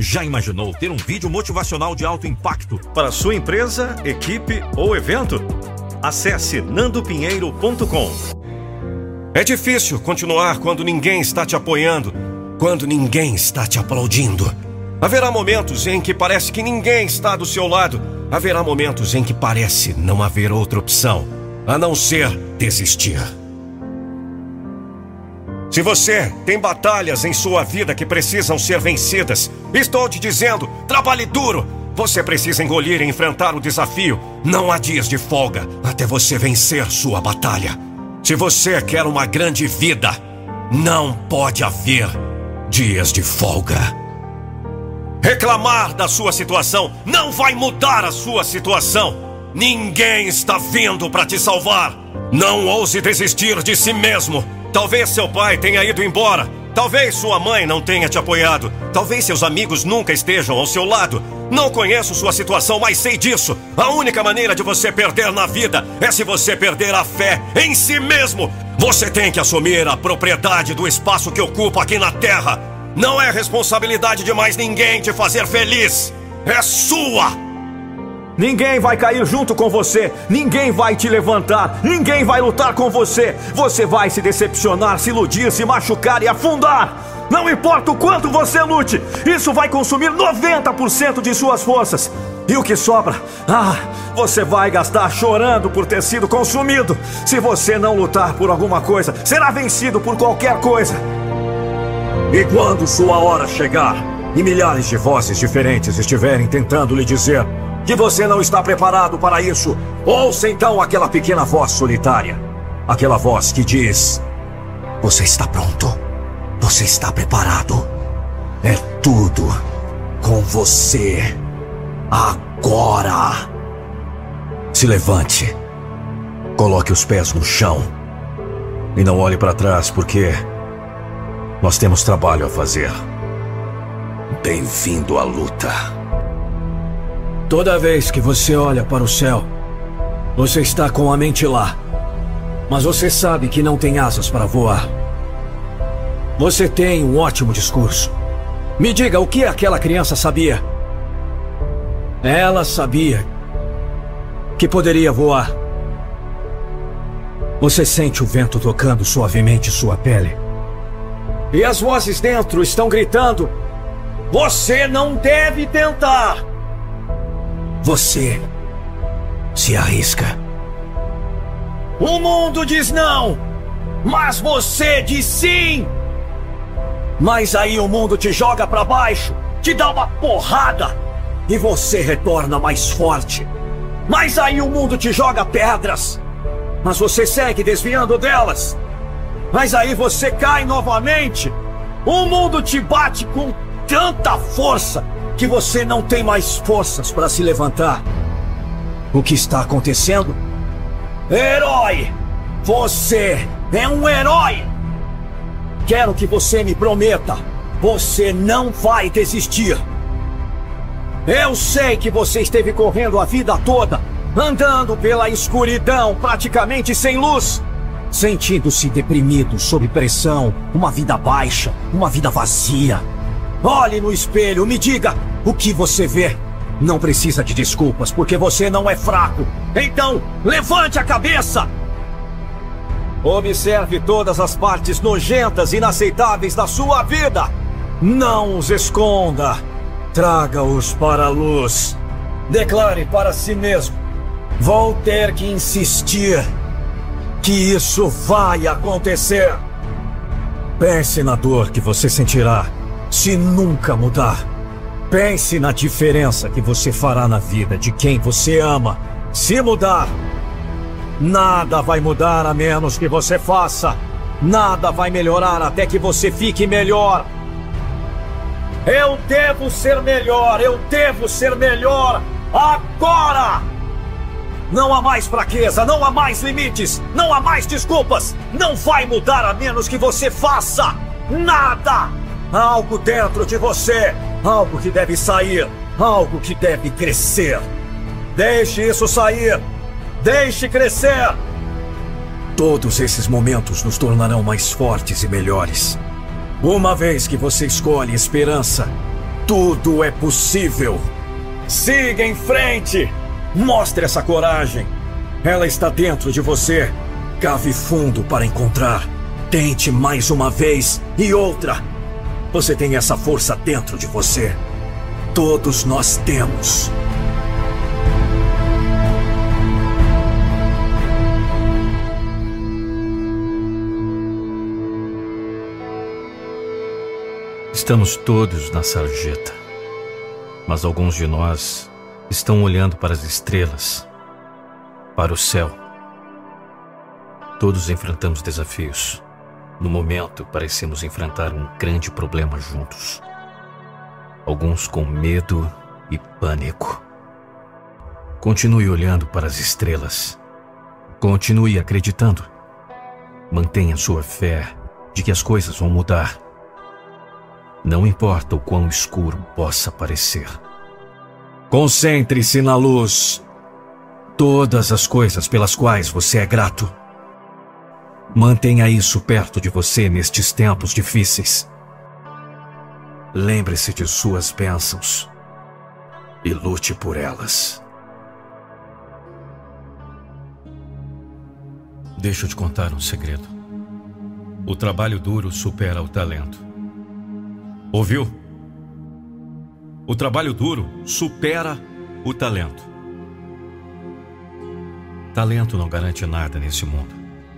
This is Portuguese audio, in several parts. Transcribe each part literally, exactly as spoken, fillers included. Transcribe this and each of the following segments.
Já imaginou ter um vídeo motivacional de alto impacto para sua empresa, equipe ou evento? Acesse nando pinheiro ponto com. É difícil continuar quando ninguém está te apoiando, quando ninguém está te aplaudindo. Haverá momentos em que parece que ninguém está do seu lado. Haverá momentos em que parece não haver outra opção, a não ser desistir. Se você tem batalhas em sua vida que precisam ser vencidas, estou te dizendo, trabalhe duro. Você precisa engolir e enfrentar o desafio. Não há dias de folga até você vencer sua batalha. Se você quer uma grande vida, não pode haver dias de folga. Reclamar da sua situação não vai mudar a sua situação. Ninguém está vindo para te salvar. Não ouse desistir de si mesmo. Talvez seu pai tenha ido embora. Talvez sua mãe não tenha te apoiado. Talvez seus amigos nunca estejam ao seu lado. Não conheço sua situação, mas sei disso. A única maneira de você perder na vida é se você perder a fé em si mesmo. Você tem que assumir a propriedade do espaço que ocupa aqui na Terra. Não é responsabilidade de mais ninguém te fazer feliz. É sua! Ninguém vai cair junto com você. Ninguém vai te levantar. Ninguém vai lutar com você. Você vai se decepcionar, se iludir, se machucar e afundar. Não importa o quanto você lute, isso vai consumir noventa por cento de suas forças. E o que sobra? Ah, você vai gastar chorando por ter sido consumido. Se você não lutar por alguma coisa, será vencido por qualquer coisa. E quando sua hora chegar, e milhares de vozes diferentes estiverem tentando lhe dizer que você não está preparado para isso, ouça então aquela pequena voz solitária. Aquela voz que diz: você está pronto. Você está preparado. É tudo com você. Agora. Se levante. Coloque os pés no chão. E não olhe para trás, porque nós temos trabalho a fazer. Bem-vindo à luta. Toda vez que você olha para o céu, você está com a mente lá. Mas você sabe que não tem asas para voar. Você tem um ótimo discurso. Me diga, o que aquela criança sabia? Ela sabia que poderia voar. Você sente o vento tocando suavemente sua pele. E as vozes dentro estão gritando: você não deve tentar. Você se arrisca. O mundo diz não, mas você diz sim. Mas aí o mundo te joga para baixo, te dá uma porrada e você retorna mais forte. Mas aí o mundo te joga pedras, mas você segue desviando delas. Mas aí você cai novamente. O mundo te bate com tanta força que você não tem mais forças para se levantar. O que está acontecendo? Herói! Você é um herói! Quero que você me prometa, você não vai desistir. Eu sei que você esteve correndo a vida toda, andando pela escuridão, praticamente sem luz, sentindo-se deprimido, sob pressão, uma vida baixa, uma vida vazia. Olhe no espelho, me diga o que você vê. Não precisa de desculpas, porque você não é fraco. Então, levante a cabeça! Observe todas as partes nojentas e inaceitáveis da sua vida. Não os esconda. Traga-os para a luz. Declare para si mesmo: vou ter que insistir que isso vai acontecer. Pense na dor que você sentirá se nunca mudar. Pense na diferença que você fará na vida de quem você ama se mudar. Nada vai mudar a menos que você faça. Nada vai melhorar até que você fique melhor. Eu devo ser melhor, eu devo ser melhor agora! Não há mais fraqueza, não há mais limites, não há mais desculpas. Não vai mudar a menos que você faça nada. Há algo dentro de você, algo que deve sair, algo que deve crescer. Deixe isso sair. Deixe crescer! Todos esses momentos nos tornarão mais fortes e melhores. Uma vez que você escolhe esperança, Tudo é possível. Siga em frente. Mostre essa coragem. Ela está dentro de você. Cave fundo para encontrar. Tente mais uma vez e outra. Você tem essa força dentro de você. Todos nós temos. Estamos todos na sarjeta, mas alguns de nós estão olhando para as estrelas, para o céu. Todos enfrentamos desafios. No momento, parecemos enfrentar um grande problema juntos. Alguns com medo e pânico. Continue olhando para as estrelas. Continue acreditando. Mantenha sua fé de que as coisas vão mudar. Não importa o quão escuro possa parecer. Concentre-se na luz. Todas as coisas pelas quais você é grato. Mantenha isso perto de você nestes tempos difíceis. Lembre-se de suas bênçãos e lute por elas. Deixa eu te contar um segredo. O trabalho duro supera o talento. Ouviu? O trabalho duro supera o talento. Talento não garante nada nesse mundo.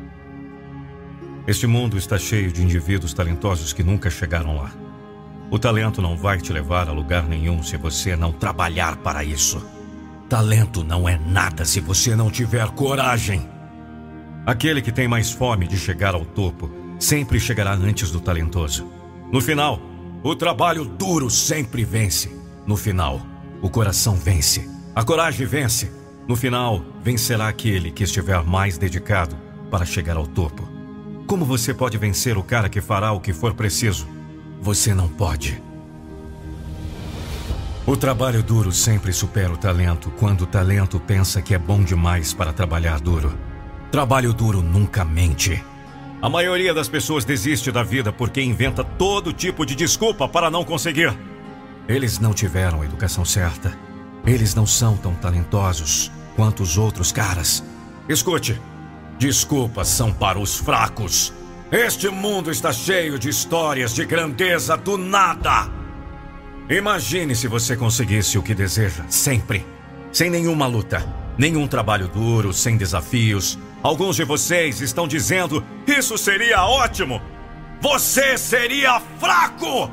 Este mundo está cheio de indivíduos talentosos que nunca chegaram lá. O talento não vai te levar a lugar nenhum se você não trabalhar para isso. Talento não é nada se você não tiver coragem. Aquele que tem mais fome de chegar ao topo sempre chegará antes do talentoso. No final, o trabalho duro sempre vence. No final, o coração vence. A coragem vence. No final, vencerá aquele que estiver mais dedicado para chegar ao topo. Como você pode vencer o cara que fará o que for preciso? Você não pode. O trabalho duro sempre supera o talento quando o talento pensa que é bom demais para trabalhar duro. Trabalho duro nunca mente. A maioria das pessoas desiste da vida porque inventa todo tipo de desculpa para não conseguir. Eles não tiveram a educação certa. Eles não são tão talentosos quanto os outros caras. Escute, desculpas são para os fracos. Este mundo está cheio de histórias de grandeza do nada. Imagine se você conseguisse o que deseja, sempre. Sem nenhuma luta, nenhum trabalho duro, sem desafios. Alguns de vocês estão dizendo, isso seria ótimo. Você seria fraco.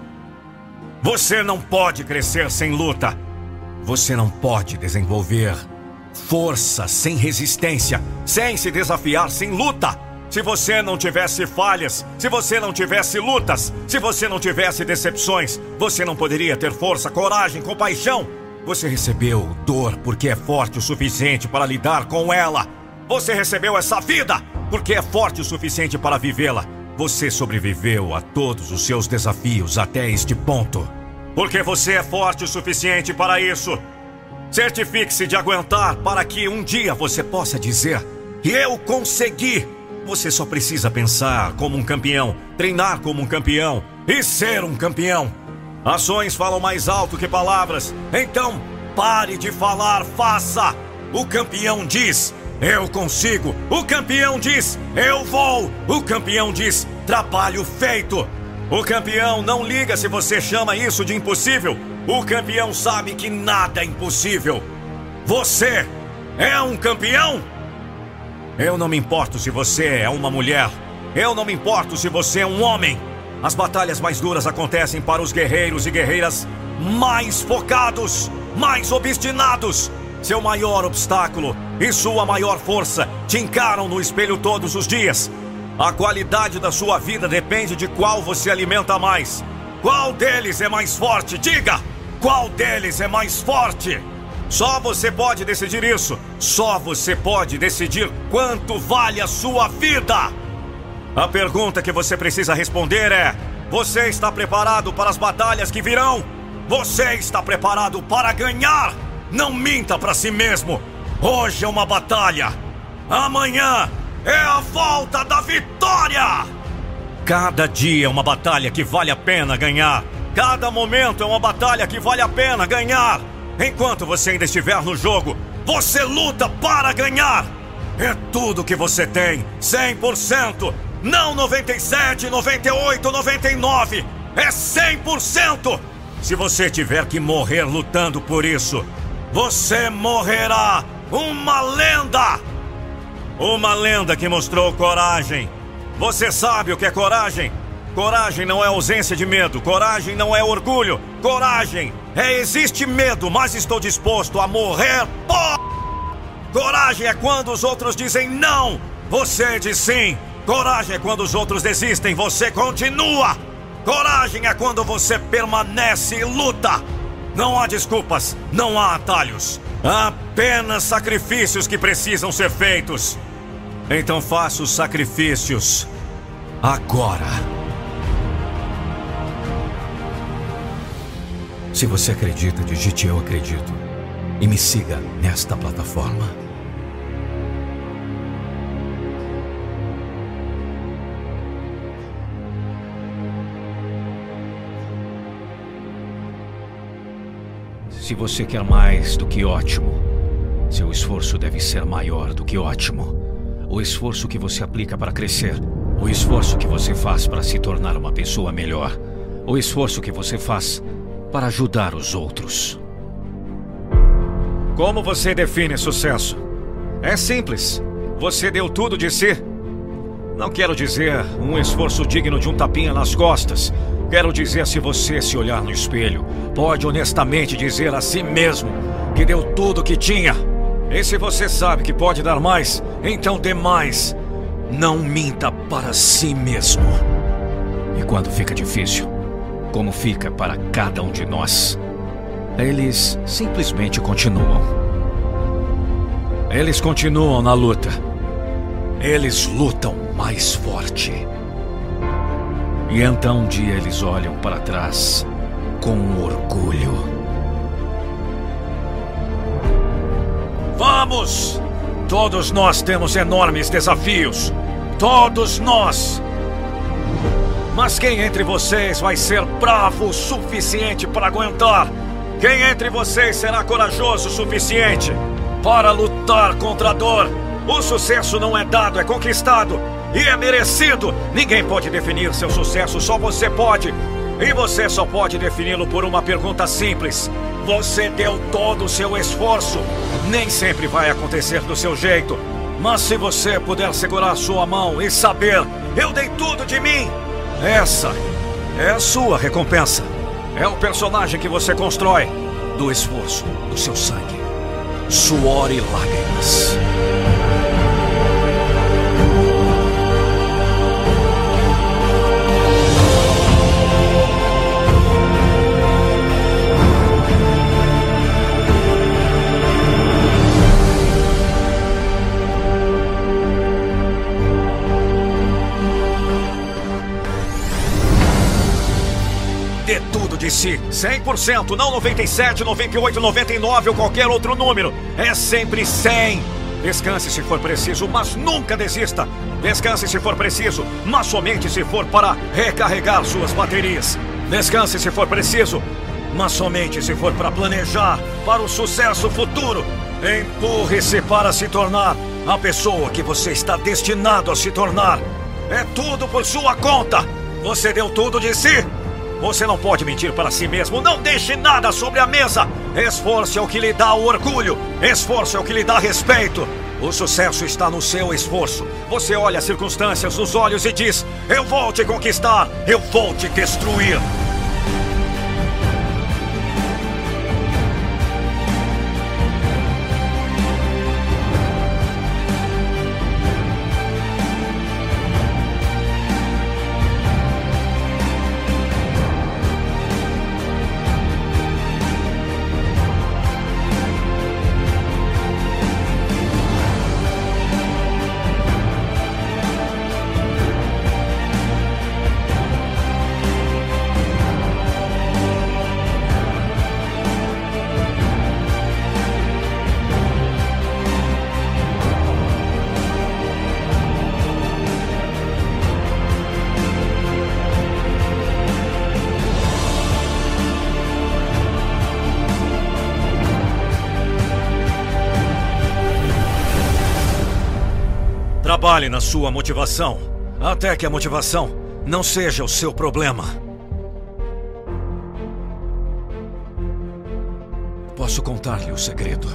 Você não pode crescer sem luta. Você não pode desenvolver força sem resistência, sem se desafiar, sem luta. Se você não tivesse falhas, se você não tivesse lutas, se você não tivesse decepções, você não poderia ter força, coragem, compaixão. Você recebeu dor porque é forte o suficiente para lidar com ela. Você recebeu essa vida porque é forte o suficiente para vivê-la. Você sobreviveu a todos os seus desafios até este ponto. Porque você é forte o suficiente para isso. Certifique-se de aguentar para que um dia você possa dizer: eu consegui. Você só precisa pensar como um campeão, treinar como um campeão e ser um campeão. Ações falam mais alto que palavras. Então, pare de falar, faça. O campeão diz: eu consigo. O campeão diz: eu vou. O campeão diz: trabalho feito. O campeão não liga se você chama isso de impossível. O campeão sabe que nada é impossível. Você é um campeão? Eu não me importo se você é uma mulher. Eu não me importo se você é um homem. As batalhas mais duras acontecem para os guerreiros e guerreiras mais focados, mais obstinados. Seu maior obstáculo e sua maior força te encaram no espelho todos os dias. A qualidade da sua vida depende de qual você alimenta mais. Qual deles é mais forte? Diga! Qual deles é mais forte? Só você pode decidir isso. Só você pode decidir quanto vale a sua vida. A pergunta que você precisa responder é: você está preparado para as batalhas que virão? Você está preparado para ganhar? Não minta para si mesmo. Hoje é uma batalha. Amanhã é a volta da vitória. Cada dia é uma batalha que vale a pena ganhar. Cada momento é uma batalha que vale a pena ganhar. Enquanto você ainda estiver no jogo, você luta para ganhar. É tudo que você tem, cem por cento. Não noventa e sete, noventa e oito, noventa e nove. É cem por cento. Se você tiver que morrer lutando por isso, você morrerá. Uma lenda. Uma lenda que mostrou coragem. Você sabe o que é coragem? Coragem não é ausência de medo. Coragem não é orgulho. Coragem é existe medo, mas estou disposto a morrer. Pô! Coragem é quando os outros dizem não, você diz sim. Coragem é quando os outros desistem, você continua. Coragem é quando você permanece e luta. Não há desculpas, não há atalhos. Há apenas sacrifícios que precisam ser feitos. Então faça os sacrifícios agora. Se você acredita, digite eu acredito e me siga nesta plataforma. Se você quer mais do que ótimo, seu esforço deve ser maior do que ótimo. O esforço que você aplica para crescer, o esforço que você faz para se tornar uma pessoa melhor, o esforço que você faz para ajudar os outros. Como você define sucesso? É simples. Você deu tudo de si. Não quero dizer um esforço digno de um tapinha nas costas. Quero dizer, se você se olhar no espelho, pode honestamente dizer a si mesmo que deu tudo o que tinha. E se você sabe que pode dar mais, então dê mais. Não minta para si mesmo. E quando fica difícil, como fica para cada um de nós, eles simplesmente continuam. Eles continuam na luta. Eles lutam mais forte. E então um dia eles olham para trás com orgulho. Vamos! Todos nós temos enormes desafios. Todos nós! Mas quem entre vocês vai ser bravo o suficiente para aguentar? Quem entre vocês será corajoso o suficiente para lutar contra a dor? O sucesso não é dado, é conquistado. E é merecido. Ninguém pode definir seu sucesso, só você pode. E você só pode defini-lo por uma pergunta simples. Você deu todo o seu esforço. Nem sempre vai acontecer do seu jeito. Mas se você puder segurar sua mão e saber, eu dei tudo de mim, essa é a sua recompensa. É o personagem que você constrói do esforço, do seu sangue, suor e lágrimas. Dê tudo de si, cem por cento, não noventa e sete, noventa e oito, noventa e nove ou qualquer outro número. É sempre cem. Descanse se for preciso, mas nunca desista. Descanse se for preciso, mas somente se for para recarregar suas baterias. Descanse se for preciso, mas somente se for para planejar para o sucesso futuro. Empurre-se para se tornar a pessoa que você está destinado a se tornar. É tudo por sua conta. Você deu tudo de si. Você não pode mentir para si mesmo. Não deixe nada sobre a mesa. Esforço é o que lhe dá o orgulho. Esforço é o que lhe dá respeito. O sucesso está no seu esforço. Você olha as circunstâncias nos olhos e diz: eu vou te conquistar. Eu vou te destruir. Trabalhe na sua motivação, até que a motivação não seja o seu problema. Posso contar-lhe o segredo.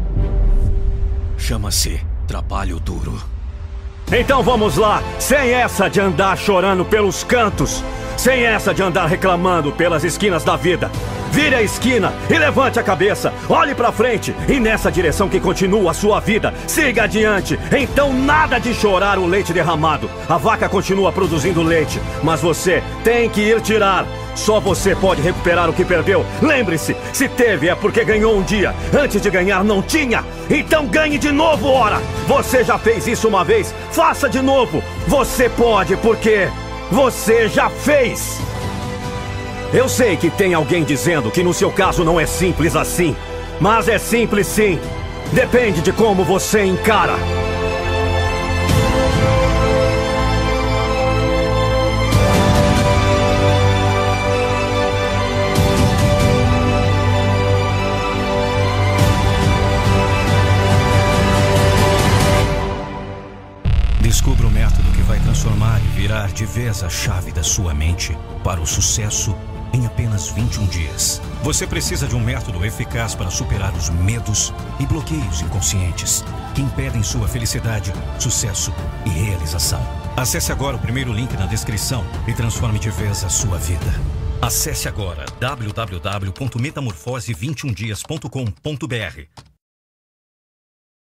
Chama-se trabalho duro. Então vamos lá, sem essa de andar chorando pelos cantos, sem essa de andar reclamando pelas esquinas da vida. Vire a esquina e levante a cabeça, olhe pra frente e nessa direção que continua a sua vida, siga adiante. Então nada de chorar o leite derramado. A vaca continua produzindo leite, mas você tem que ir tirar. Só você pode recuperar o que perdeu. Lembre-se, se teve é porque ganhou um dia. Antes de ganhar não tinha. Então ganhe de novo, ora. Você já fez isso uma vez, faça de novo. Você pode porque você já fez. Eu sei que tem alguém dizendo que no seu caso não é simples assim. Mas é simples sim. Depende de como você encara. Descubra o método que vai transformar e virar de vez a chave da sua mente para o sucesso em apenas vinte e um dias. Você precisa de um método eficaz para superar os medos e bloqueios inconscientes que impedem sua felicidade, sucesso e realização. Acesse agora o primeiro link na descrição e transforme de vez a sua vida. Acesse agora w w w ponto metamorfose vinte e um dias ponto com ponto b r.